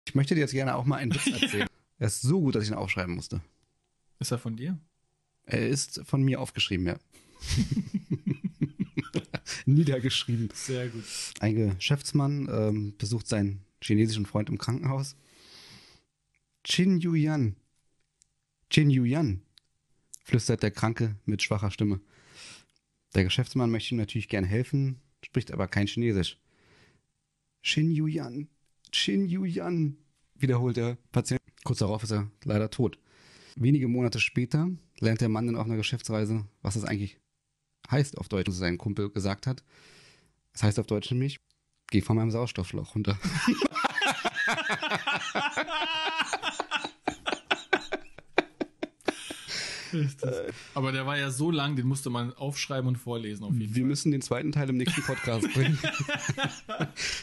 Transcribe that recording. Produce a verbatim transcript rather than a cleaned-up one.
Ich möchte dir jetzt gerne auch mal einen Witz erzählen. Er ist so gut, dass ich ihn aufschreiben musste. Ist er von dir? Er ist von mir aufgeschrieben, ja. Niedergeschrieben. Sehr gut. Ein Geschäftsmann ähm, besucht seinen chinesischen Freund im Krankenhaus. Qin Yuyan. Qin Yuyan, flüstert der Kranke mit schwacher Stimme. Der Geschäftsmann möchte ihm natürlich gern helfen, spricht aber kein Chinesisch. Qin Yuyan, Qin Yuyan, wiederholt der Patient. Kurz darauf ist er leider tot. Wenige Monate später lernt der Mann dann auf einer Geschäftsreise, was es eigentlich heißt auf Deutsch, was sein Kumpel gesagt hat. Das heißt auf Deutsch nämlich, geh von meinem Sauerstoffschlauch runter. Aber der war ja so lang, den musste man aufschreiben und vorlesen auf jeden Wir Fall. müssen den zweiten Teil im nächsten Podcast bringen.